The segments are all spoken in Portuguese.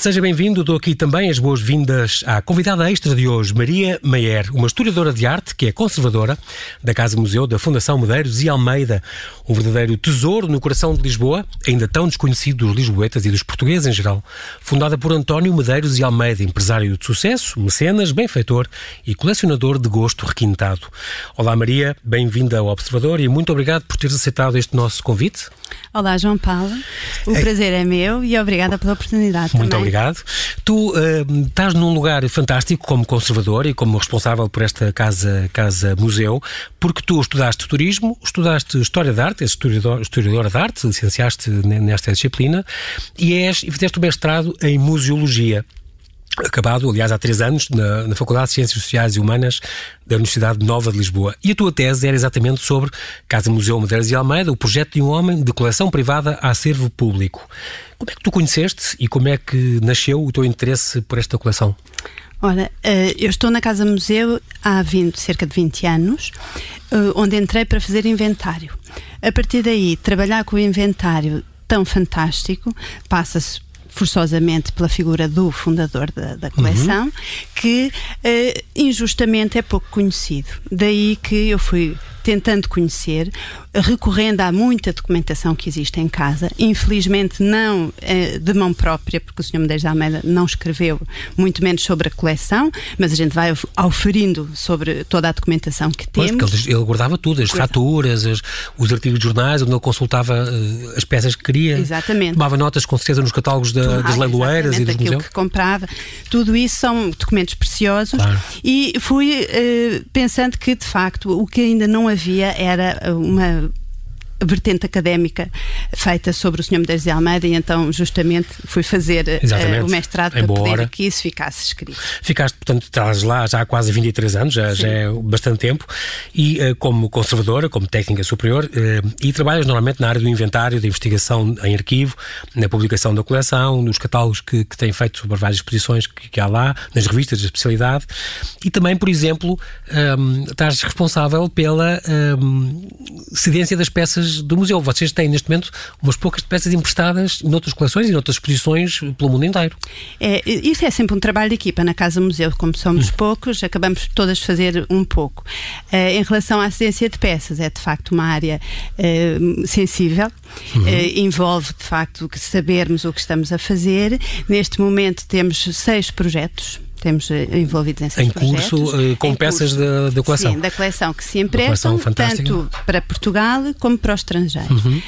Seja bem-vindo, dou aqui também as boas-vindas à convidada extra de hoje, Maria Maier, uma historiadora de arte que é conservadora da Casa Museu da Fundação Medeiros e Almeida, um verdadeiro tesouro no coração de Lisboa, ainda tão desconhecido dos lisboetas e dos portugueses em geral. Fundada por António Medeiros e Almeida, empresário de sucesso, mecenas, benfeitor e colecionador de gosto requintado. Olá Maria, bem-vinda ao Observador e muito obrigado por teres aceitado este nosso convite. Olá João Paulo, o prazer é meu e obrigada pela oportunidade. Muito também. Obrigado. Tu estás num lugar fantástico como conservador e como responsável por esta casa museu, porque tu estudaste turismo, estudaste História da Arte, és historiadora de arte, licenciaste nesta disciplina e fizeste o mestrado em Museologia. Acabado, aliás, há 3 anos, na Faculdade de Ciências Sociais e Humanas da Universidade Nova de Lisboa. E a tua tese era exatamente sobre Casa Museu Medeiros e Almeida, o projeto de um homem de coleção privada a acervo público. Como é que tu conheceste e como é que nasceu o teu interesse por esta coleção? Ora, eu estou na Casa Museu há cerca de 20 anos, onde entrei para fazer inventário. A partir daí, trabalhar com o inventário tão fantástico, passa-se forçosamente pela figura do fundador da coleção, que injustamente é pouco conhecido. Daí que eu fui tentando conhecer, recorrendo à muita documentação que existe em casa, infelizmente não de mão própria, porque o Sr. Medeiros de Almeida não escreveu, muito menos sobre a coleção, mas a gente vai auferindo sobre toda a documentação que temos. Porque ele guardava tudo, as faturas, os artigos de jornais, onde ele consultava as peças que queria. Exatamente. Tomava notas com certeza nos catálogos das leiloeiras e dos museus. Que comprava. Tudo isso são documentos preciosos. Claro. E fui pensando que, de facto, o que ainda não havia era uma vertente académica feita sobre o Sr. Medeiros de Almeida e então justamente fui fazer o mestrado para poder que isso ficasse escrito. Ficaste, portanto, estás lá já há quase 23 anos, já é bastante tempo, e como conservadora, como técnica superior, e trabalhas normalmente na área do inventário, da investigação em arquivo, na publicação da coleção, nos catálogos que têm feito sobre várias exposições que há lá, nas revistas de especialidade, e também, por exemplo, estás responsável pela cedência das peças do museu. Vocês têm neste momento umas poucas peças emprestadas noutras coleções e noutras exposições pelo mundo inteiro. Isso é sempre um trabalho de equipa na Casa Museu, como somos poucos, acabamos todas de fazer um pouco. Em relação à cedência de peças, é de facto uma área sensível, envolve de facto sabermos o que estamos a fazer. Neste momento temos 6 projetos. Temos envolvidos em curso, com peças da coleção. Sim, da coleção que se emprestam, tanto para Portugal como para o estrangeiro.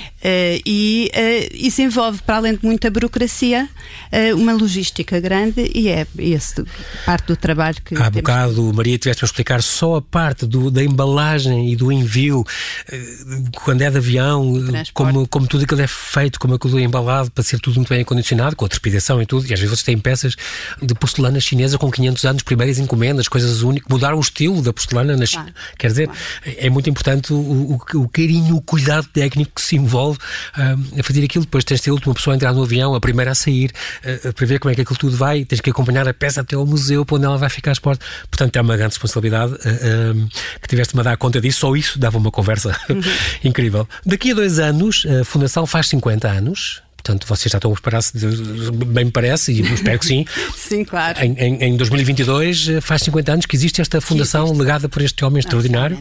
E isso envolve, para além de muita burocracia, uma logística grande e é essa parte do trabalho que há bocado, Maria, tiveste a explicar só a parte da embalagem e do envio, quando é de avião, como tudo aquilo é feito, como aquilo é embalado para ser tudo muito bem acondicionado, com a trepidação e tudo, e às vezes vocês têm peças de porcelana chinesa com 500 anos, primeiras encomendas, coisas únicas, mudaram o estilo da porcelana na China. Quer dizer, é muito importante o carinho, o cuidado técnico que se envolve a fazer aquilo. Depois tens de ser a última pessoa a entrar no avião, a primeira a sair, para ver como é que aquilo tudo vai, tens que acompanhar a peça até ao museu, para onde ela vai ficar exposta. Portanto, é uma grande responsabilidade que tiveste-me a dar conta disso, só isso dava uma conversa incrível. Daqui a 2 anos, a Fundação faz 50 anos. Portanto, vocês já estão a preparar-se, bem me parece, e eu espero que sim. Sim, claro. Em 2022 faz 50 anos que existe esta fundação legada por este homem extraordinário.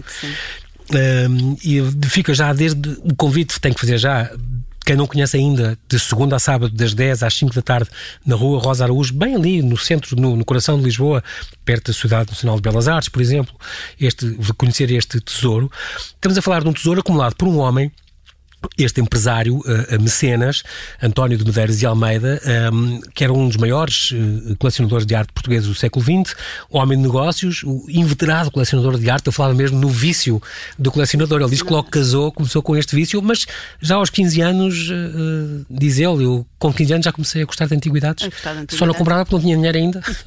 E fica já desde o convite, tem que fazer já. Quem não conhece ainda, de segunda a sábado, das 10 às 5 da tarde, na rua Rosa Araújo, bem ali no centro, no coração de Lisboa, perto da Sociedade Nacional de Belas Artes, por exemplo, conhecer este tesouro. Estamos a falar de um tesouro acumulado por um homem, este empresário, mecenas, António de Medeiros e Almeida, que era um dos maiores colecionadores de arte portugueses do século XX, um homem de negócios, o inveterado colecionador de arte. Eu falava mesmo no vício do colecionador. Ele diz que logo casou, começou com este vício, mas já aos 15 anos, diz ele, eu com 15 anos já comecei a gostar de antiguidades. Só não comprava porque não tinha dinheiro ainda.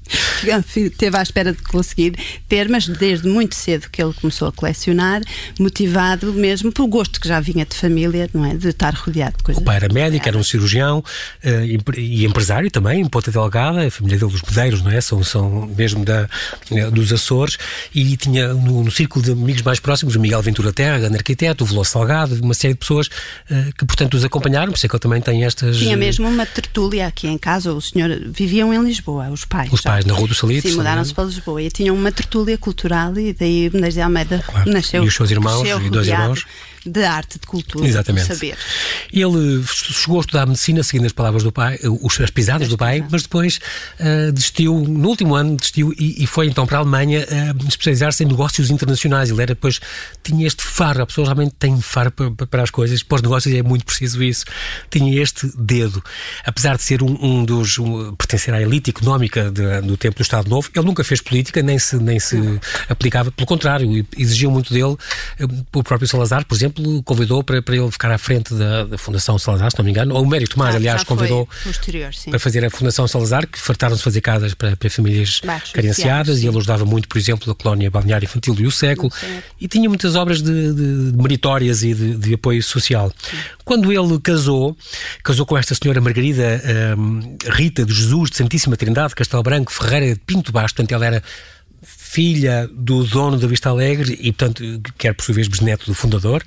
Teve à espera de conseguir ter, mas desde muito cedo que ele começou a colecionar, motivado mesmo pelo gosto que já vinha de família, não é? De estar rodeado de coisas. O pai era médico, era um cirurgião e empresário também, em Ponta Delgada, a família dele, dos Medeiros, não é? São mesmo dos Açores, e tinha no círculo de amigos mais próximos o Miguel Ventura Terra, grande arquiteto, o Veloso Salgado, uma série de pessoas que, portanto, os acompanharam, por isso é que ele também tem estas... Tinha mesmo uma tertúlia aqui em casa, o senhor viviam em Lisboa, os pais. Os pais, na Rua do Salitre. Sim, mudaram-se para Lisboa e tinham uma tertúlia cultural, e daí Menezes de Almeida nasceu. E os seus irmãos, e 2 irmãos. De arte, de cultura, exatamente, de saber. Ele chegou a estudar medicina, seguindo as palavras do pai, as pisadas do pai, mas depois desistiu, no último ano desistiu e foi então para a Alemanha especializar-se em negócios internacionais. Ele depois tinha este faro, a pessoa realmente tem faro para as coisas, para os negócios é muito preciso isso. Tinha este dedo. Apesar de ser pertencer à elite económica do tempo do Estado Novo, ele nunca fez política, nem se aplicava, pelo contrário, exigiu muito dele. O próprio Salazar, por exemplo, convidou para ele ficar à frente da Fundação Salazar, se não me engano, ou o Mário Tomás, aliás, convidou para fazer a Fundação Salazar, que fartaram-se fazer casas para famílias carenciadas, e ele ajudava muito, por exemplo, a colónia balnear infantil do Século, e tinha muitas obras de meritórias e de apoio social. Sim. Quando ele casou com esta senhora Margarida Rita de Jesus de Santíssima Trindade de Castelo Branco Ferreira de Pinto Baixo, portanto ela era filha do dono da Vista Alegre e, portanto, que era por sua vez bisneto do fundador.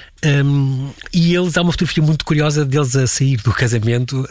E eles, há uma fotografia muito curiosa deles a sair do casamento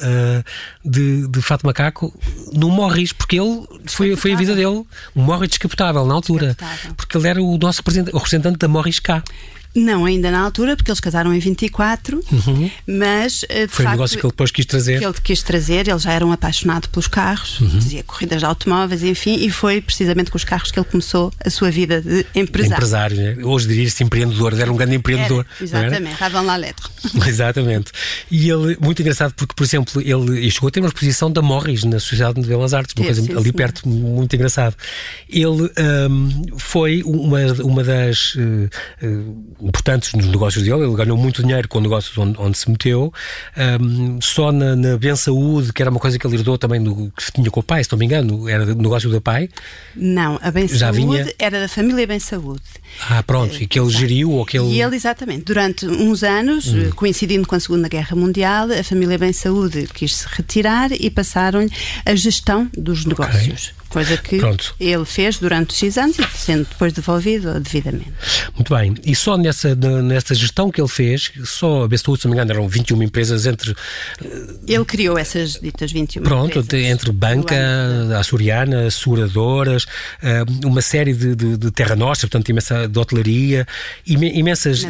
de fato macaco num Morris, porque ele foi a vida dele, um Morris descapotável na altura, porque ele era o nosso representante da Morris K. Não, ainda na altura, porque eles casaram em 24, mas de foi um negócio que ele depois quis trazer. Ele já era um apaixonado pelos carros, fazia corridas de automóveis, enfim, e foi precisamente com os carros que ele começou a sua vida de empresário. Né? Hoje diria-se empreendedor, era um grande empreendedor. Exatamente, estavam lá a letra. Exatamente. E ele, muito engraçado, porque, por exemplo, ele chegou a ter uma exposição da Morris na Sociedade de Belas Artes, uma coisa ali perto, muito engraçado. Ele foi uma das importantes nos negócios dele. Ele ganhou muito dinheiro com negócios onde se meteu. Só na Bem Saúde, que era uma coisa que ele herdou também que tinha com o pai, se não me engano, era do negócio do pai. Não, a Bem Saúde era da família Bem Saúde. Pronto, e que ele geriu ou que ele... E ele, exatamente, durante uns anos, coincidindo com a Segunda Guerra Mundial, a família Bem Saúde quis se retirar e passaram-lhe a gestão dos negócios. Coisa que ele fez durante X anos e sendo depois devolvido devidamente. Muito bem. E só nessa gestão que ele fez, só a Bem Saúde, se não me engano, eram 21 empresas entre... Ele criou essas ditas 21 empresas. Entre banca, açoriana, seguradoras, uma série de terra nostra, portanto, imensa de hotelaria, imensas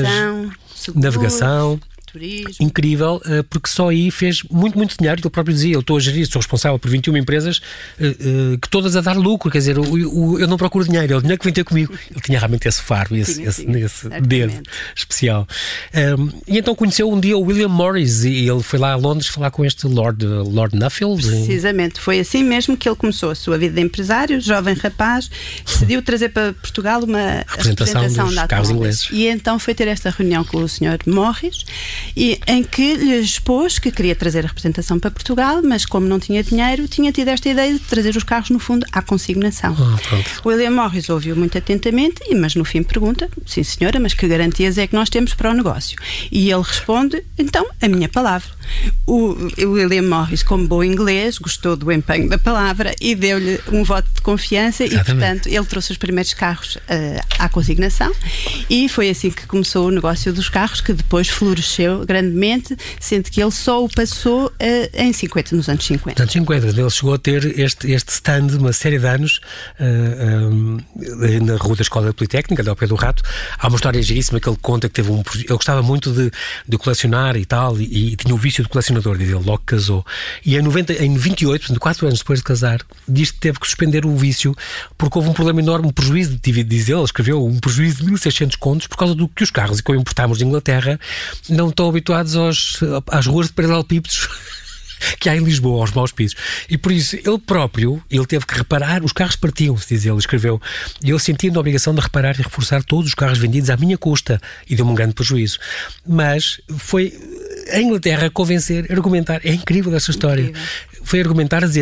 navegação. Turismo. Incrível, porque só aí fez muito dinheiro. Ele próprio dizia, eu estou a gerir, sou responsável por 21 empresas que todas a dar lucro, quer dizer, eu não procuro dinheiro, é o dinheiro que vem ter comigo. Ele tinha realmente esse faro, esse dedo especial. E então conheceu um dia o William Morris e ele foi lá a Londres falar com este Lord Nuffield. Precisamente, foi assim mesmo que ele começou a sua vida de empresário, jovem rapaz, decidiu trazer para Portugal uma representação dos carros ingleses. E então foi ter esta reunião com o Sr. Morris, e em que lhe expôs que queria trazer a representação para Portugal, mas como não tinha dinheiro, tinha tido esta ideia de trazer os carros, no fundo, à consignação. William Morris ouviu muito atentamente, mas no fim pergunta, sim senhora, mas que garantias é que nós temos para o negócio? E ele responde, então, a minha palavra. O William Morris, como bom inglês, gostou do empenho da palavra e deu-lhe um voto de confiança. Exatamente. E, portanto, ele trouxe os primeiros carros à consignação e foi assim que começou o negócio dos carros, que depois floresceu grandemente, sendo que ele só o passou nos anos 50. Nos anos 50, ele chegou a ter este stand uma série de anos na rua da Escola Politécnica, ao pé do Rato. Há uma história giríssima que ele conta que ele gostava muito de colecionar e tal, e tinha o vício de colecionador, diz ele, logo casou. E em 28, portanto, 4 anos depois de casar, diz que teve que suspender o vício porque houve um problema enorme, um prejuízo, diz ele, escreveu um prejuízo de 1.600 contos por causa do que os carros que importámos de Inglaterra não estão habituados às ruas de paralelepípedos que há em Lisboa, aos maus pisos. E por isso, ele teve que reparar, os carros partiam-se, diz ele, escreveu, e eu sentia-me a obrigação de reparar e reforçar todos os carros vendidos à minha custa, e deu-me um grande prejuízo. Mas foi a Inglaterra convencer, argumentar, é incrível essa história. Incrível. Foi argumentar, a dizer,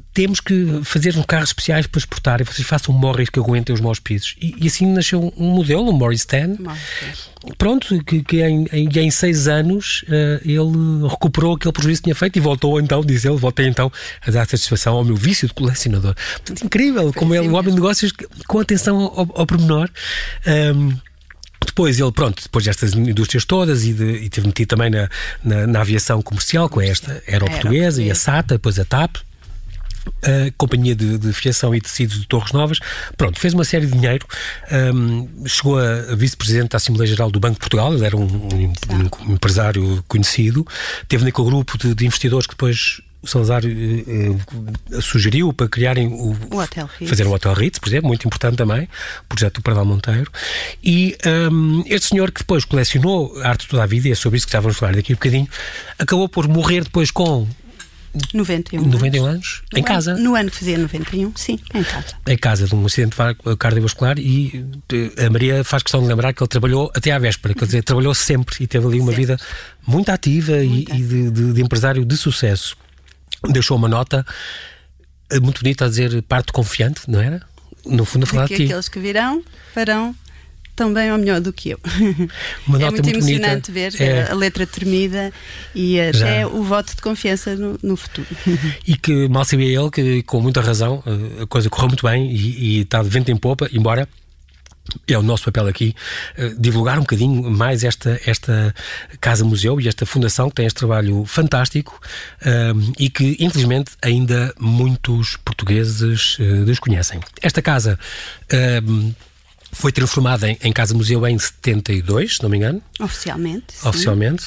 temos que fazer uns carros especiais para exportar e vocês façam móveis que aguentem os maus pisos. E assim nasceu um modelo, o Morris 10. Pronto, que em 6 anos ele recuperou aquele prejuízo que tinha feito e voltou então, diz ele, voltei então a dar satisfação ao meu vício de colecionador. Portanto, incrível, como é um homem de negócios com atenção ao pormenor. Depois ele, depois destas indústrias todas e teve metido também na aviação comercial, com esta Aeroportuguesa e a SATA, depois a TAP, a Companhia de Fiação e Tecidos de Torres Novas. Fez uma série de dinheiro, chegou a vice-presidente da Assembleia Geral do Banco de Portugal, ele era um empresário conhecido, teve naquele grupo de investidores que depois o Salazar sugeriu para criarem fazer o Hotel Ritz, por exemplo, muito importante também, o projeto do Pardal Monteiro. E este senhor, que depois colecionou a arte toda a vida, e é sobre isso que já vamos falar daqui a um bocadinho, acabou por morrer depois com 91 anos, em casa. No ano que fazia 91, sim, em casa. Em casa, de um acidente cardiovascular, e a Maria faz questão de lembrar que ele trabalhou até à véspera, quer dizer, trabalhou sempre e teve ali uma vida muito ativa e de empresário de sucesso. Deixou uma nota muito bonita a dizer parte confiante, não era? No fundo, a falar de ti. Aqueles que virão farão tão bem ou melhor do que eu. Uma nota muito emocionante bonita. Ver a letra tremida e até o voto de confiança no futuro. E que mal sabia ele que, com muita razão, a coisa correu muito bem e está de vento em popa, embora é o nosso papel aqui divulgar um bocadinho mais esta casa-museu e esta fundação que tem este trabalho fantástico e que, infelizmente, ainda muitos portugueses desconhecem. Esta casa foi transformada em casa-museu em 72, se não me engano. Oficialmente. Oficialmente.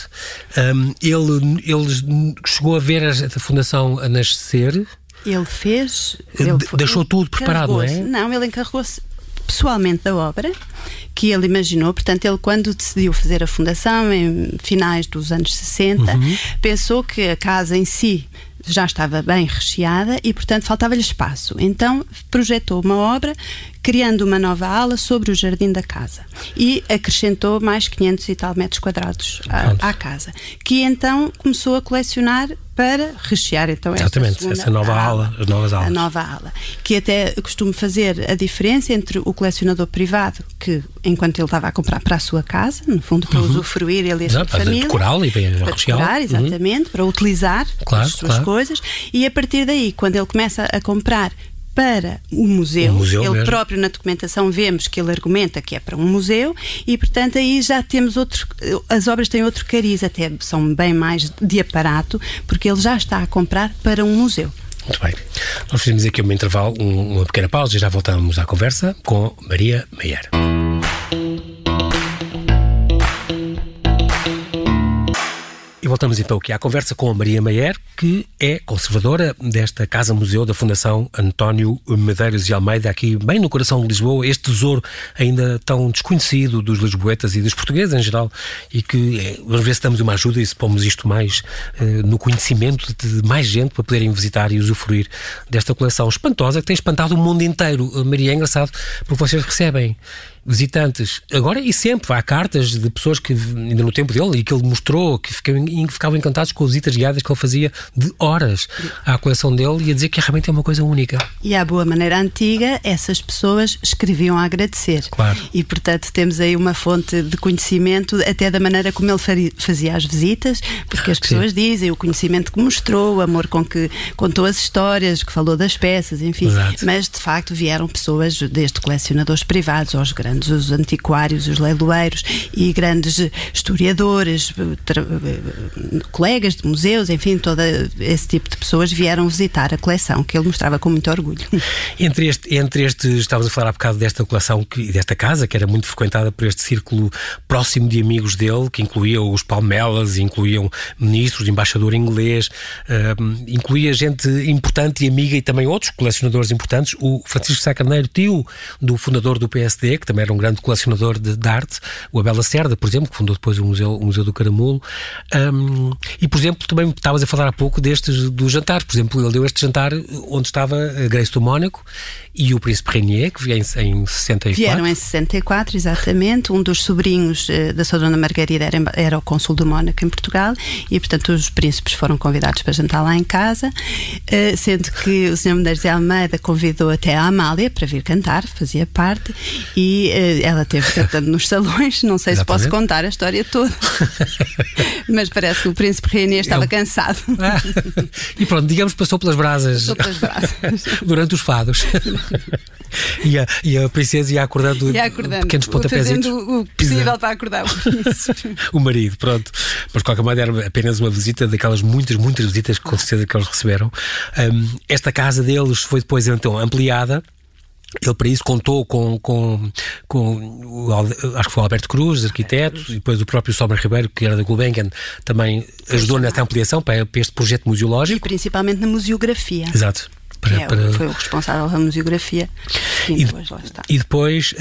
Ele chegou a ver esta fundação a nascer. Ele fez... deixou tudo preparado, não é? Não, ele encarregou-se pessoalmente da obra que ele imaginou. Portanto, ele, quando decidiu fazer a fundação em finais dos anos 60, pensou que a casa em si já estava bem recheada e, portanto, faltava-lhe espaço. Então, projetou uma obra criando uma nova ala sobre o jardim da casa e acrescentou mais 500 e tal metros quadrados à casa, que então começou a colecionar para rechear então essa nova ala, as novas alas. A nova ala, que até costumo fazer a diferença entre o colecionador privado, que enquanto ele estava a comprar para a sua casa, no fundo para usufruir ele e a sua família, para decorá-la e para decorar, exatamente, para utilizar as suas coisas, e a partir daí, quando ele começa a comprar para o museu ele mesmo. Próprio na documentação vemos que ele argumenta que é para um museu e, portanto, aí já temos as obras têm outro cariz, até são bem mais de aparato, porque ele já está a comprar para um museu. Muito bem. Nós fizemos aqui um intervalo, uma pequena pausa e já voltamos à conversa com Maria Maier. E voltamos então aqui à conversa com a Maria Maier, que é conservadora desta Casa-Museu da Fundação António Medeiros e Almeida, aqui bem no coração de Lisboa, este tesouro ainda tão desconhecido dos lisboetas e dos portugueses em geral, e que vamos ver se damos uma ajuda e se pomos isto mais no conhecimento de mais gente para poderem visitar e usufruir desta coleção espantosa que tem espantado o mundo inteiro. Maria, é engraçado porque vocês recebem visitantes, agora e sempre, há cartas de pessoas que, ainda no tempo dele, e que ele mostrou, que ficavam encantados com as visitas guiadas que ele fazia de horas à coleção dele e a dizer que realmente é uma coisa única. E à boa maneira antiga, essas pessoas escreviam a agradecer. Claro. E, portanto, temos aí uma fonte de conhecimento até da maneira como ele fazia as visitas, porque as pessoas dizem o conhecimento que mostrou, o amor com que contou as histórias, que falou das peças, enfim. Exato. Mas, de facto, vieram pessoas, desde colecionadores privados aos grandes, os antiquários, os leiloeiros e grandes historiadores, colegas de museus, enfim, todo esse tipo de pessoas vieram visitar a coleção, que ele mostrava com muito orgulho. Entre estes, estávamos a falar há bocado desta coleção e desta casa, que era muito frequentada por este círculo próximo de amigos dele, que incluía os Palmelas, incluíam ministros, embaixador inglês, incluía gente importante e amiga e também outros colecionadores importantes. O Francisco Sá Carneiro, tio do fundador do PSD, que também era um grande colecionador de arte, o Abel Lacerda, por exemplo, que fundou depois o Museu do Caramulo, e, por exemplo, também estavas a falar há pouco pouco dos jantares. Por exemplo, ele deu este jantar onde estava a Grace do Mónaco e o Príncipe Rainier, que vieram em 64. Vieram em 64, exatamente. Um dos sobrinhos da Sra. Dona Margarida era o cônsul do Mónaco em Portugal e, portanto, os príncipes foram convidados para jantar lá em casa, sendo que o Sr. Medeiros de Almeida convidou até a Amália para vir cantar, fazia parte, e ela teve cantando nos salões. Não sei se posso contar a história toda, mas parece que o Príncipe Rainier estava cansado. E pronto, digamos, passou pelas brasas. Durante os fados. E a princesa ia acordando pequenos pontapésitos. Fazendo o possível para acordar o príncipe. O marido, pronto. Mas de qualquer maneira era apenas uma visita daquelas muitas visitas com certeza que eles receberam. Esta casa deles foi depois então ampliada. Ele para isso contou com acho que foi o Alberto Cruz, arquiteto, e depois o próprio Sommer Ribeiro, que era da Gulbenkian, também ajudou nesta ampliação para este projeto museológico. E principalmente na museografia. Exato. Foi o responsável pela museografia. E depois,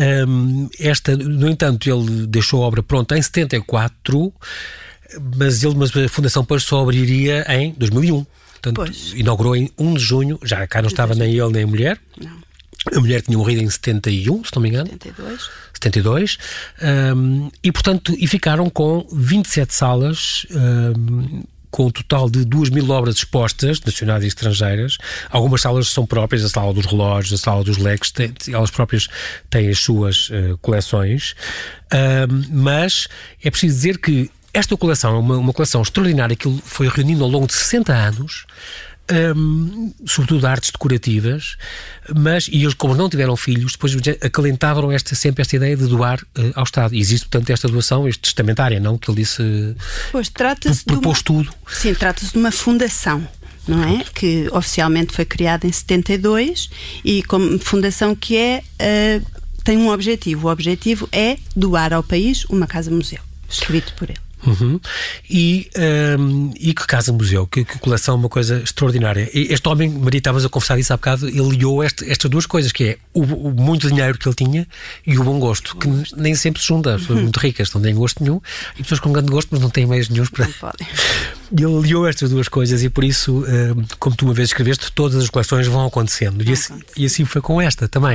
no entanto, ele deixou a obra pronta em 74, mas a fundação depois só abriria em 2001. Portanto, inaugurou em 1 de junho, já cá não estava nem ele nem a mulher. Não. A mulher tinha morrido em 71, se não me engano. 72. E, portanto, ficaram com 27 salas, com um total de 2.000 obras expostas, nacionais e estrangeiras. Algumas salas são próprias, a sala dos relógios, a sala dos leques, elas próprias têm as suas coleções. Mas é preciso dizer que esta coleção é uma coleção extraordinária que foi reunindo ao longo de 60 anos, sobretudo artes decorativas, e eles, como não tiveram filhos, depois acalentavam sempre esta ideia de doar ao Estado. E existe, portanto, esta doação, testamentária, não? Que ele disse... Pois, trata-se propôs tudo. Sim, trata-se de uma fundação, não é? Que oficialmente foi criada em 72 e como fundação que tem um objetivo. O objetivo é doar ao país uma casa-museu, escrito por ele. E que casa-museu, que coleção, uma coisa extraordinária. Este homem, Maria, estavas a conversar disso há bocado, ele liou estas duas coisas, que é o muito dinheiro que ele tinha e o bom gosto, que nem sempre se junta. As pessoas muito ricas não têm gosto nenhum e pessoas com grande gosto, mas não têm meios nenhum para... Ele liou estas duas coisas e por isso, como tu uma vez escreveste, todas as coleções vão acontecendo. E assim foi com esta também.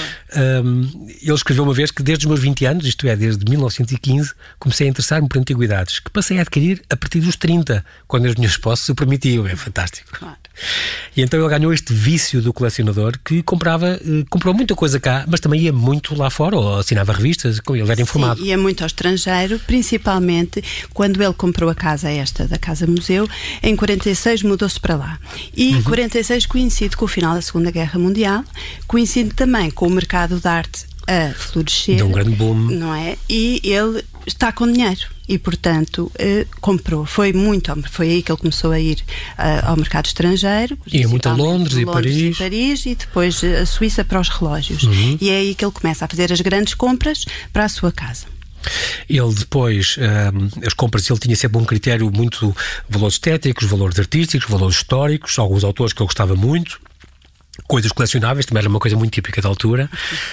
Ele escreveu uma vez que desde os meus 20 anos, isto é, desde 1915, comecei a interessar-me por antiguidades, que passei a adquirir a partir dos 30, quando as minhas posses o permitiam. É fantástico. Claro. E então ele ganhou este vício do colecionador que comprou muita coisa cá, mas também ia muito lá fora, ou assinava revistas, ele era informado. Sim, ia muito ao estrangeiro, principalmente quando ele comprou a casa esta da Casa Museu, em 46 mudou-se para lá. E 46 coincide com o final da Segunda Guerra Mundial, coincide também com o mercado de arte a florescer. Deu um grande boom. Não é? E ele está com dinheiro e, portanto, comprou. Foi aí que ele começou a ir ao mercado estrangeiro. Ia muito a Londres e Paris. E depois a Suíça para os relógios. E é aí que ele começa a fazer as grandes compras para a sua casa. Ele depois, as compras, ele tinha sempre um critério muito valores estéticos, valores artísticos, valores históricos, alguns autores que ele gostava muito. Coisas colecionáveis, também era uma coisa muito típica da altura.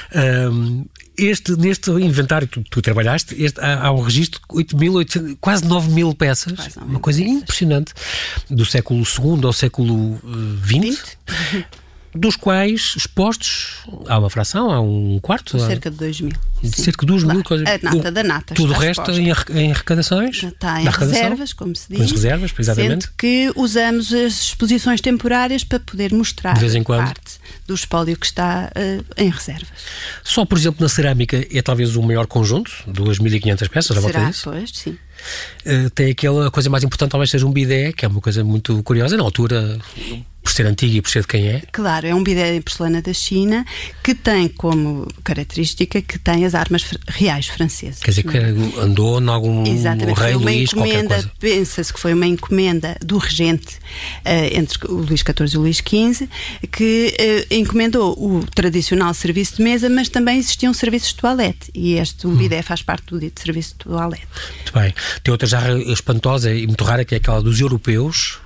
Neste inventário que tu trabalhaste, há um registro de 8.800, quase 9.000 peças, uma coisa impressionante, do século II ao século XX, dos quais expostos, há uma fração, há um quarto? Cerca de 2.000. Cerca de 2.000 coisas. A nata da nata. Tudo o resto em arrecadações? Está em reservas, como se diz. Nas reservas, exatamente. Sendo que usamos as exposições temporárias para poder mostrar de vez em quando parte do espólio que está em reservas. Só, por exemplo, na cerâmica é talvez o maior conjunto, 2.500 peças, já volta disso? Pois, sim. Tem a coisa mais importante, talvez seja um bidé, que é uma coisa muito curiosa, na altura, por ser antigo e por ser de quem é. Claro, é um bidé em porcelana da China que tem como característica que tem as armas reais francesas. Quer dizer, que andou em algum rei Luís, qualquer coisa. Pensa-se que foi uma encomenda do regente entre o Luís XIV e o Luís XV, que encomendou o tradicional serviço de mesa, mas também existiam serviços de toalete, e o bidé faz parte do dito serviço de toalete. Muito bem. Tem outra jarra espantosa e muito rara, que é aquela dos europeus.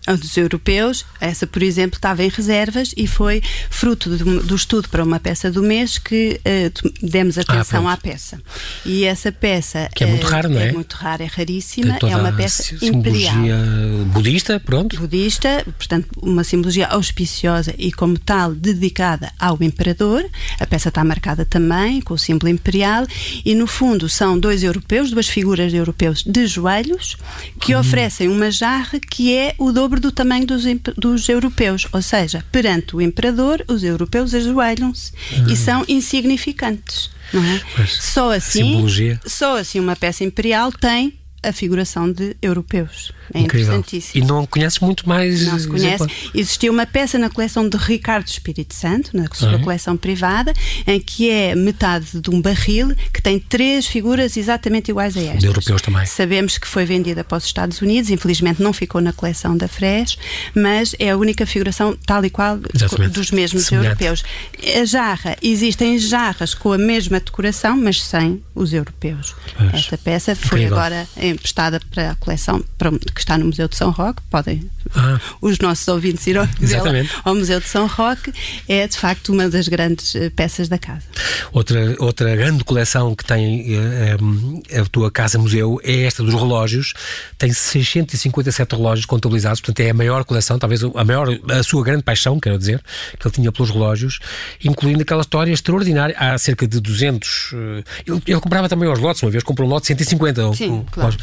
dos europeus. Essa, por exemplo, estava em reservas e foi fruto do estudo para uma peça do mês que demos atenção à peça. E essa peça... Que é muito rara, não é? É muito rara, é raríssima. É uma peça imperial. Simbologia budista, pronto. Budista, portanto, uma simbologia auspiciosa e, como tal, dedicada ao imperador. A peça está marcada também com o símbolo imperial e, no fundo, são duas figuras de europeus de joelhos que oferecem uma jarra que é o dobro do tamanho dos europeus, ou seja, perante o imperador, os europeus ajoelham-se e são insignificantes, não é? Só assim uma peça imperial tem a figuração de europeus. É interessantíssimo. E não conheces muito mais? Não se conhece. Existiu uma peça na coleção de Ricardo Espírito Santo, na sua coleção privada, em que é metade de um barril que tem 3 figuras exatamente iguais a estas. De europeus também. Sabemos que foi vendida para os Estados Unidos, infelizmente não ficou na coleção da Frés, mas é a única figuração tal e qual dos mesmos europeus. A jarra, existem jarras com a mesma decoração, mas sem os europeus. Esta peça foi agora emprestada para a coleção que está no Museu de São Roque. Podem os nossos ouvintes ir ao Museu de São Roque. É de facto uma das grandes peças da casa. Outra grande coleção que tem a tua casa-museu é esta dos relógios. Tem 657 relógios contabilizados, portanto é a maior coleção, talvez a sua grande paixão, quero dizer, que ele tinha pelos relógios, incluindo aquela história extraordinária. Há cerca de 200... Ele comprava também aos lotes, uma vez comprou um lote de 150. Sim, claro.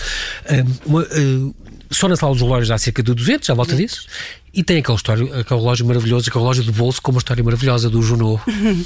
Só na sala dos relógios há cerca de 200, à volta disso. E tem aquele relógio maravilhoso, aquele relógio de bolso com uma história maravilhosa do Junot.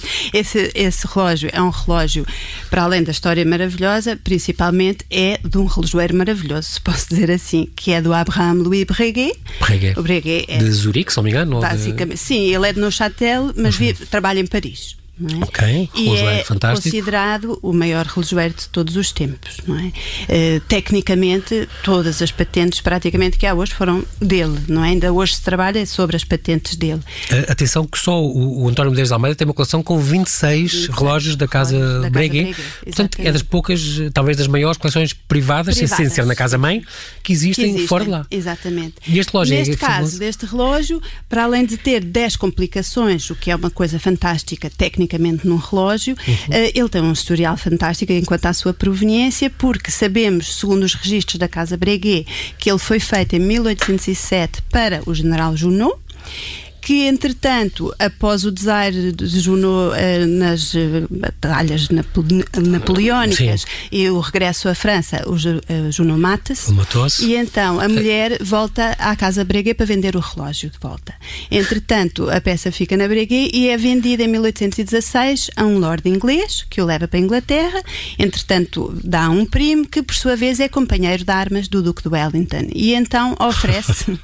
Esse relógio é um relógio, para além da história maravilhosa, principalmente é de um relojoeiro maravilhoso, se posso dizer assim, que é do Abraham Louis Breguet. O Breguet é de Zurique, se não me engano. Basicamente, sim, ele é de Neuchâtel, mas trabalha em Paris. Não é? Ok, e é fantástico. Considerado o maior relojoeiro de todos os tempos, não é? Tecnicamente, todas as patentes praticamente que há hoje foram dele, não é? Ainda hoje se trabalha sobre as patentes dele. Atenção que só o António Medeiros de Almeida tem uma coleção com 26 relógios da Casa Breguet. Portanto, é das poucas, talvez das maiores coleções privadas, sem ser na casa-mãe, que existem fora de lá. Exatamente. E este relógio Neste caso, deste relógio, para além de ter 10 complicações, o que é uma coisa fantástica, tecnicamente num relógio, ele tem um historial fantástico enquanto à sua proveniência, porque sabemos, segundo os registros da Casa Breguet, que ele foi feito em 1807 para o general Junot, que, entretanto, após o desaire de Junot nas batalhas napoleónicas e o regresso à França, o Junot mata-se. E então a mulher volta à Casa Breguet para vender o relógio de volta. Entretanto, a peça fica na Breguet e é vendida em 1816 a um lord inglês que o leva para a Inglaterra. Entretanto, dá a um primo que, por sua vez, é companheiro de armas do Duque de Wellington. E então oferece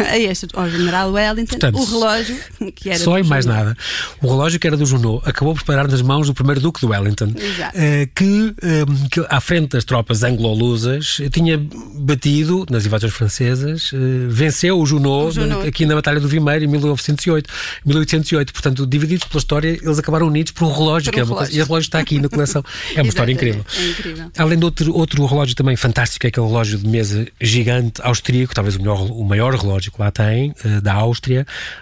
ao general Wellington o relógio que era só e mais nada. O relógio que era do Junot acabou por parar nas mãos do primeiro Duque de Wellington, que à frente das tropas anglo-lusas tinha batido nas invasões francesas, venceu o Junot aqui na Batalha do Vimeiro em 1808. Portanto, divididos pela história, eles acabaram unidos por um relógio, e esse relógio está aqui na coleção. É uma história incrível. É incrível. Além de outro relógio também fantástico, é aquele relógio de mesa gigante austríaco, talvez o maior relógio que lá tem, da Áustria,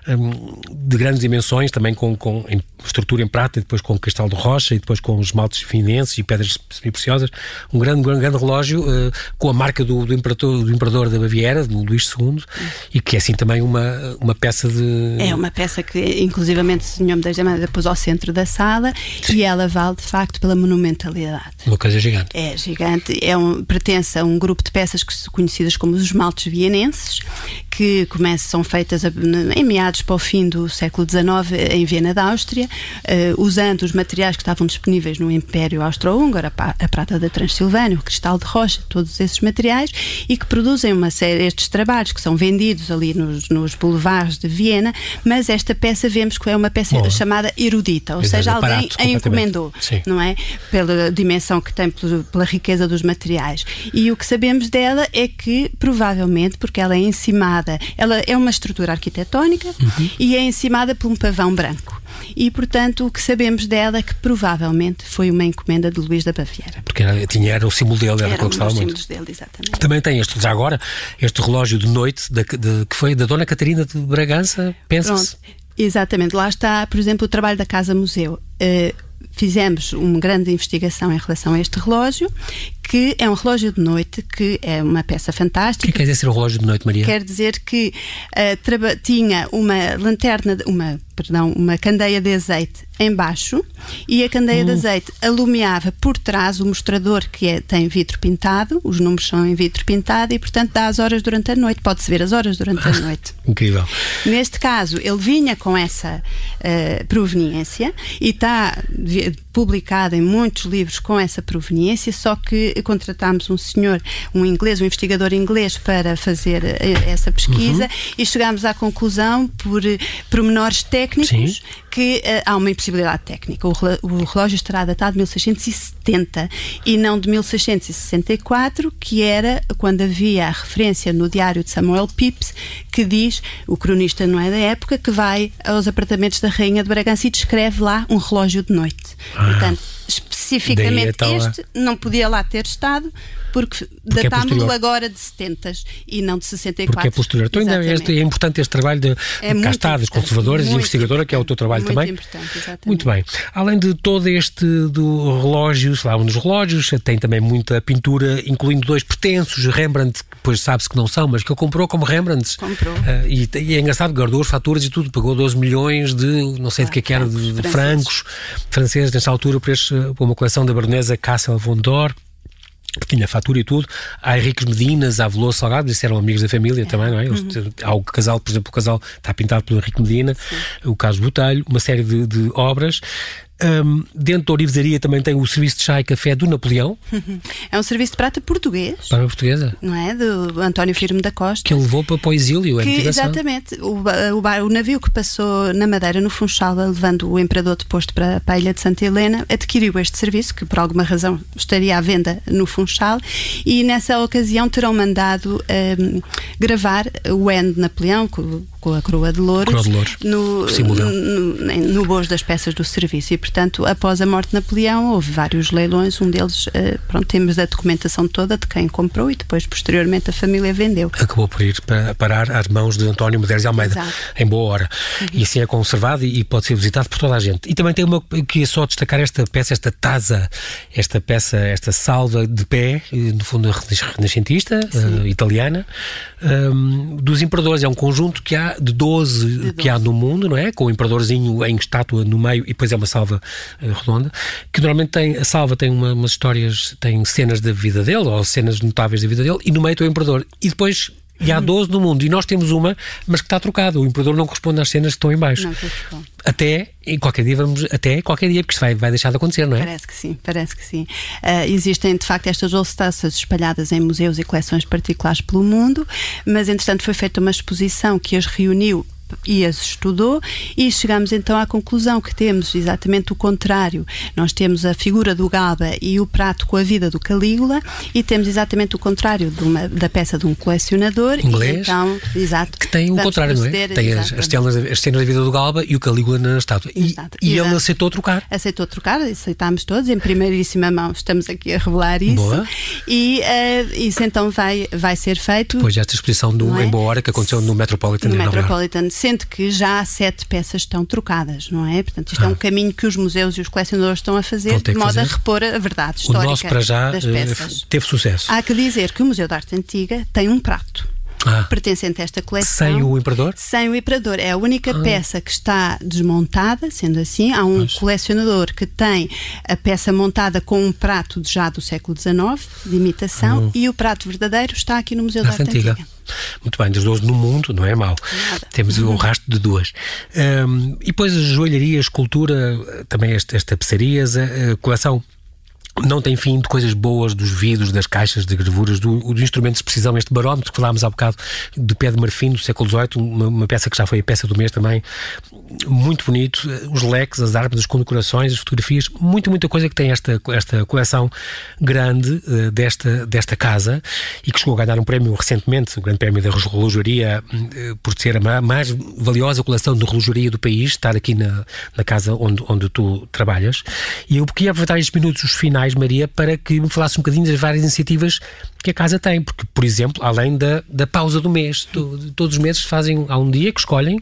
de grandes dimensões, também com estrutura em prata, e depois com cristal de rocha, e depois com esmaltes finenses e pedras semi-preciosas. Um grande relógio com a marca do imperador da Baviera, do Luís II, e que é assim também uma peça de... É uma peça que, inclusivamente, o Sr. Medeiros de Almeida pôs ao centro da sala. Sim. E ela vale, de facto, pela monumentalidade. Uma coisa gigante. É gigante. Pertence a um grupo de peças conhecidas como os esmaltes vienenses, que são feitas em meados para o fim do século XIX em Viena da Áustria, usando os materiais que estavam disponíveis no Império Austro-Húngaro, a prata da Transilvânia, o cristal de rocha, todos esses materiais, e que produzem uma série estes trabalhos que são vendidos ali nos boulevards de Viena. Mas esta peça vemos que é uma peça chamada erudita, ou seja, alguém a encomendou, não é? Pela dimensão que tem, pela riqueza dos materiais. E o que sabemos dela é que, provavelmente, porque ela é encimada, ela é uma estrutura arquitetónica e é encimada por um pavão branco. e, portanto, o que sabemos dela é que provavelmente foi uma encomenda de Luís da Baviera. Porque era o símbolo dele, era o que ele gostava muito. Dele, exatamente. Também tem já agora, este relógio de noite que foi da Dona Catarina de Bragança, pensa-se? Exatamente, lá está, por exemplo, o trabalho da Casa Museu. Fizemos uma grande investigação em relação a este relógio, que é um relógio de noite, que é uma peça fantástica. O que quer dizer ser um relógio de noite, Maria? Quer dizer que tinha uma lanterna, uma candeia de azeite em baixo, e a candeia de azeite alumiava por trás o mostrador, que tem vidro pintado, os números são em vidro pintado, e portanto dá as horas durante a noite, pode-se ver as horas durante a noite. Incrível. Neste caso, ele vinha com essa proveniência, e está publicado em muitos livros com essa proveniência, só que contratámos um investigador inglês para fazer essa pesquisa, e chegámos à conclusão, por pormenores técnicos, que há uma impossibilidade técnica. O relógio estará datado de 1670 e não de 1664, que era quando havia a referência no diário de Samuel Pepys, que diz, o cronista não é da época, que vai aos apartamentos da Rainha de Bragança e descreve lá um relógio de noite. Portanto, especificamente este não podia lá ter estado, porque datámos-lo agora de 70 e não de 64. Porque é posterior. Então é importante este trabalho de cá estar, dos conservadores e investigadora, que é o teu trabalho também. Muito importante, exatamente. Muito bem. Além de todo este do relógio, sei lá, um dos relógios, tem também muita pintura, incluindo 2 pretensos, Rembrandt, que depois sabe-se que não são, mas que ele comprou como Rembrandts. Comprou. E é engraçado, guardou as faturas e tudo, pagou 12 milhões de, não sei de que era, de francos franceses, nesta altura, para uma coleção da baronesa Castle von Dor, que tinha fatura e tudo. Há Henriques Medinas, há Veloso Salgado, eles eram amigos da família também, não é? Há o casal, por exemplo, o casal está pintado pelo Henrique Medina, o Carlos Botelho, uma série de obras. Dentro da Orivesaria também tem o serviço de chá e café do Napoleão. É um serviço de prata português. Prata portuguesa. Não é? Do António Firme da Costa. Que ele levou para o exílio. Exatamente. O navio que passou na Madeira, no Funchal, levando o imperador deposto para a ilha de Santa Helena, adquiriu este serviço, que por alguma razão estaria à venda no Funchal, e nessa ocasião terão mandado gravar o N de Napoleão, com a coroa de louros, no bojo das peças do serviço. E, portanto, após a morte de Napoleão, houve vários leilões, um deles, temos a documentação toda de quem comprou, e depois, posteriormente, a família vendeu. Acabou por ir parar às mãos de António Medeiros de Almeida. Exato. Em boa hora. E assim é conservado e pode ser visitado por toda a gente. E também tem eu queria só destacar esta peça, esta taza, esta salva de pé, no fundo renascentista, italiana, dos imperadores. É um conjunto que há de 12 que há no mundo, não é? Com o imperadorzinho em estátua no meio, e depois é uma salva redonda, que normalmente a salva tem umas histórias, tem cenas da vida dele, ou cenas notáveis da vida dele, e no meio tem o imperador. E depois há 12 no mundo, e nós temos uma, mas que está trocada. O imperador não corresponde às cenas que estão em baixo. Não corresponde. Até qualquer dia, porque isto vai deixar de acontecer, não é? Parece que sim. Existem, de facto, estas 12 taças espalhadas em museus e coleções particulares pelo mundo, mas, entretanto, foi feita uma exposição que as reuniu e as estudou, e chegamos então à conclusão que temos exatamente o contrário. Nós temos a figura do Galba e o prato com a vida do Calígula, e temos exatamente o contrário da peça de um colecionador inglês, então, que tem o contrário, não é? Tem as cenas da vida do Galba e o Calígula na estátua. E ele aceitou trocar. Aceitámos todos, em primeiríssima mão estamos aqui a revelar isso. Boa. E isso então vai ser feito depois desta exposição em boa hora que aconteceu no Metropolitan. Sendo que já 7 peças estão trocadas, não é? Portanto, isto é um caminho que os museus e os colecionadores estão a fazer, de modo a repor a verdade histórica nosso, para já, das peças. Teve sucesso. Há que dizer que o Museu de Arte Antiga tem um prato pertencente a esta coleção. Sem o imperador? Sem o imperador. É a única peça que está desmontada, sendo assim. Há um colecionador que tem a peça montada com um prato já do século XIX, de imitação, e o prato verdadeiro está aqui no Museu de Arte Antiga. Muito bem, das 12 no mundo, não é mau. Nada. Temos um rastro de 2. E depois a joalharia, a escultura, também esta tapeçarias, a coleção não tem fim, de coisas boas, dos vidros, das caixas, de gravuras, dos instrumentos de precisão, este barómetro que falámos há bocado, de pé de marfim do século XVIII, uma peça que já foi a peça do mês também, muito bonito, os leques, as árvores, as condecorações, as fotografias, muita coisa que tem esta coleção grande desta casa, e que chegou a ganhar um prémio recentemente, o Grande Prémio da Relojoaria, por ser a mais valiosa coleção de relojoaria do país, estar aqui na casa onde tu trabalhas. E eu queria aproveitar estes minutos, os finais, Maria, para que me falasse um bocadinho das várias iniciativas que a casa tem, porque, por exemplo, além da pausa do mês, todos os meses há um dia que escolhem.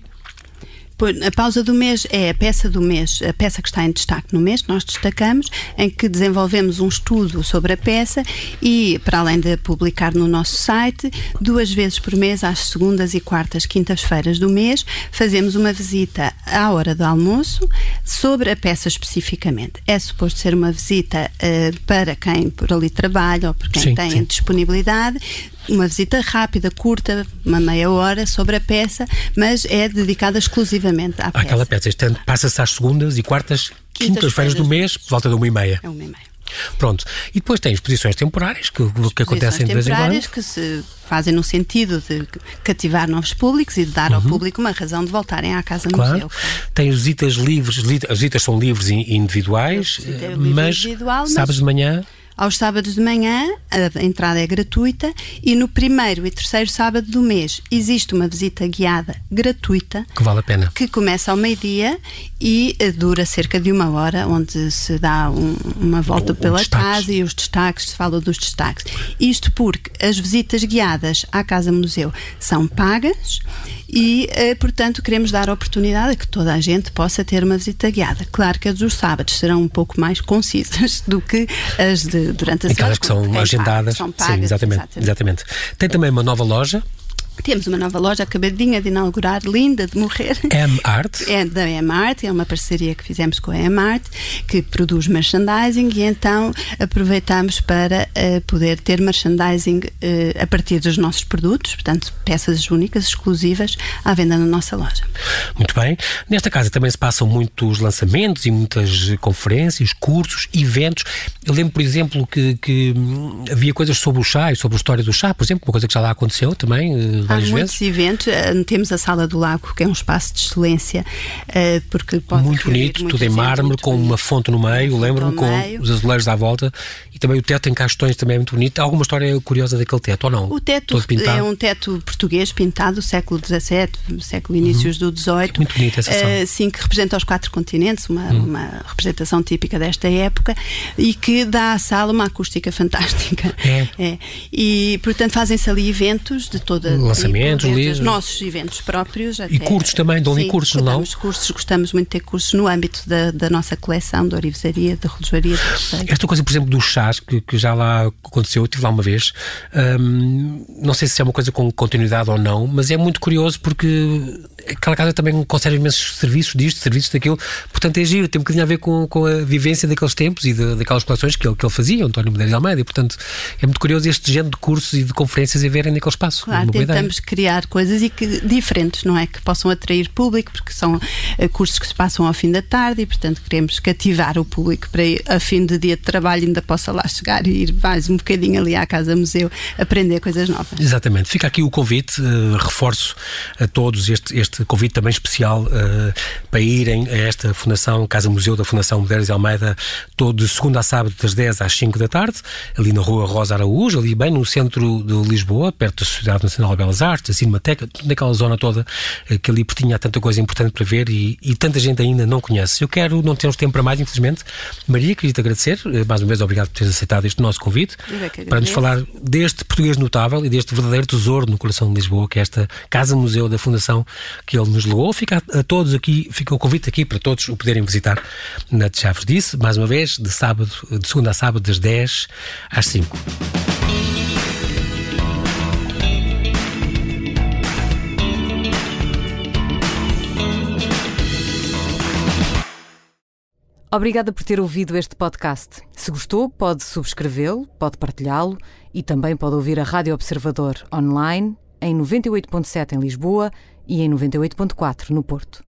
A pausa do mês é a peça do mês, a peça que está em destaque no mês, nós destacamos, em que desenvolvemos um estudo sobre a peça e, para além de publicar no nosso site, 2 vezes por mês, às segundas e quartas, quintas-feiras do mês, fazemos uma visita à hora do almoço sobre a peça especificamente. É suposto ser uma visita para quem por ali trabalha ou por quem tem disponibilidade, uma visita rápida, curta, uma meia hora sobre a peça, mas é dedicada exclusivamente à peça. Aquela peça. Este passa-se às segundas e quartas, quintas-feiras do mês, por volta de 1h30. É 1h30. Pronto. E depois tem exposições temporárias que acontecem de vez em quando. Temporárias que se fazem no sentido de cativar novos públicos e de dar ao público uma razão de voltarem à Casa Museu. Tem visitas livres, as visitas são livres e individuais, mas sábados de manhã... Aos sábados de manhã, a entrada é gratuita e no primeiro e terceiro sábado do mês existe uma visita guiada gratuita. Que vale a pena. Que começa ao meio-dia e dura cerca de 1 hora, onde se dá uma volta pela casa e os destaques, se fala dos destaques. Isto porque as visitas guiadas à Casa Museu são pagas e, portanto, queremos dar a oportunidade a que toda a gente possa ter uma visita guiada. Claro que as dos sábados serão um pouco mais concisas do que as durante a semana. Aquelas que são agendadas. São pagas, sim, exatamente. Tem também uma nova loja. Temos uma nova loja acabadinha de inaugurar, linda de morrer. M-Art. É da M-Art, é uma parceria que fizemos com a M-Art, que produz merchandising, e então aproveitamos para poder ter merchandising a partir dos nossos produtos, portanto, peças únicas, exclusivas, à venda na nossa loja. Muito bem. Nesta casa também se passam muitos lançamentos e muitas conferências, cursos, eventos. Eu lembro, por exemplo, que havia coisas sobre o chá e sobre a história do chá, por exemplo, uma coisa que já lá aconteceu também. Há muitos eventos. Temos a Sala do Lago, que é um espaço de excelência, porque pode muito bonito, tudo em mármore, com uma fonte no meio, lembro-me, com os azulejos à volta, e também o teto em castões também é muito bonito. Há alguma história curiosa daquele teto, ou não? O teto é um teto português pintado do século XVII, século inícios do XVIII. Muito bonito essa sala. Sim, que representa os 4 continentes, uma representação típica desta época, e que dá à sala uma acústica fantástica. E, portanto, fazem-se ali eventos de toda lançamentos, livros, nossos eventos próprios. E cursos também, dão ali cursos, não? Gostamos muito de ter cursos no âmbito da nossa coleção de orivesaria, de relojoaria. Esta coisa, por exemplo, dos chás, que já lá aconteceu, eu estive lá uma vez, não sei se é uma coisa com continuidade ou não, mas é muito curioso porque aquela casa também conserva imensos serviços disto, serviços daquilo, portanto é giro, tem um bocadinho a ver com a vivência daqueles tempos e daquelas coleções que ele fazia, António Medeiros de Almeida, e portanto é muito curioso este género de cursos e de conferências a verem naquele espaço. Claro, tentamos criar coisas diferentes, não é? Que possam atrair público, porque são cursos que se passam ao fim da tarde e, portanto, queremos cativar o público para, a fim de dia de trabalho, ainda possa lá chegar e ir mais um bocadinho ali à Casa Museu aprender coisas novas. Exatamente. Fica aqui o convite, reforço a todos este convite também especial para irem a esta Fundação Casa Museu da Fundação Medeiros de Almeida, todo de segunda a sábado, das 10 às 5 da tarde, ali na Rua Rosa Araújo, ali bem no centro de Lisboa, perto da Sociedade Nacional de Belas Artes, a Cinemateca, naquela zona toda, que ali tinha tanta coisa importante para ver e tanta gente ainda não conhece. Não temos tempo para mais, infelizmente. Maria, queria-te agradecer, mais uma vez, obrigado por teres aceitado este nosso convite, para nos falar deste português notável e deste verdadeiro tesouro no coração de Lisboa, que é esta Casa Museu da Fundação que ele nos legou. Fica o convite aqui para todos o poderem visitar na de Chaves. Disse, mais uma vez, de segunda a sábado, das 10 às 5. Obrigada por ter ouvido este podcast. Se gostou, pode subscrevê-lo, pode partilhá-lo e também pode ouvir a Rádio Observador online em 98.7 em Lisboa e em 98.4 no Porto.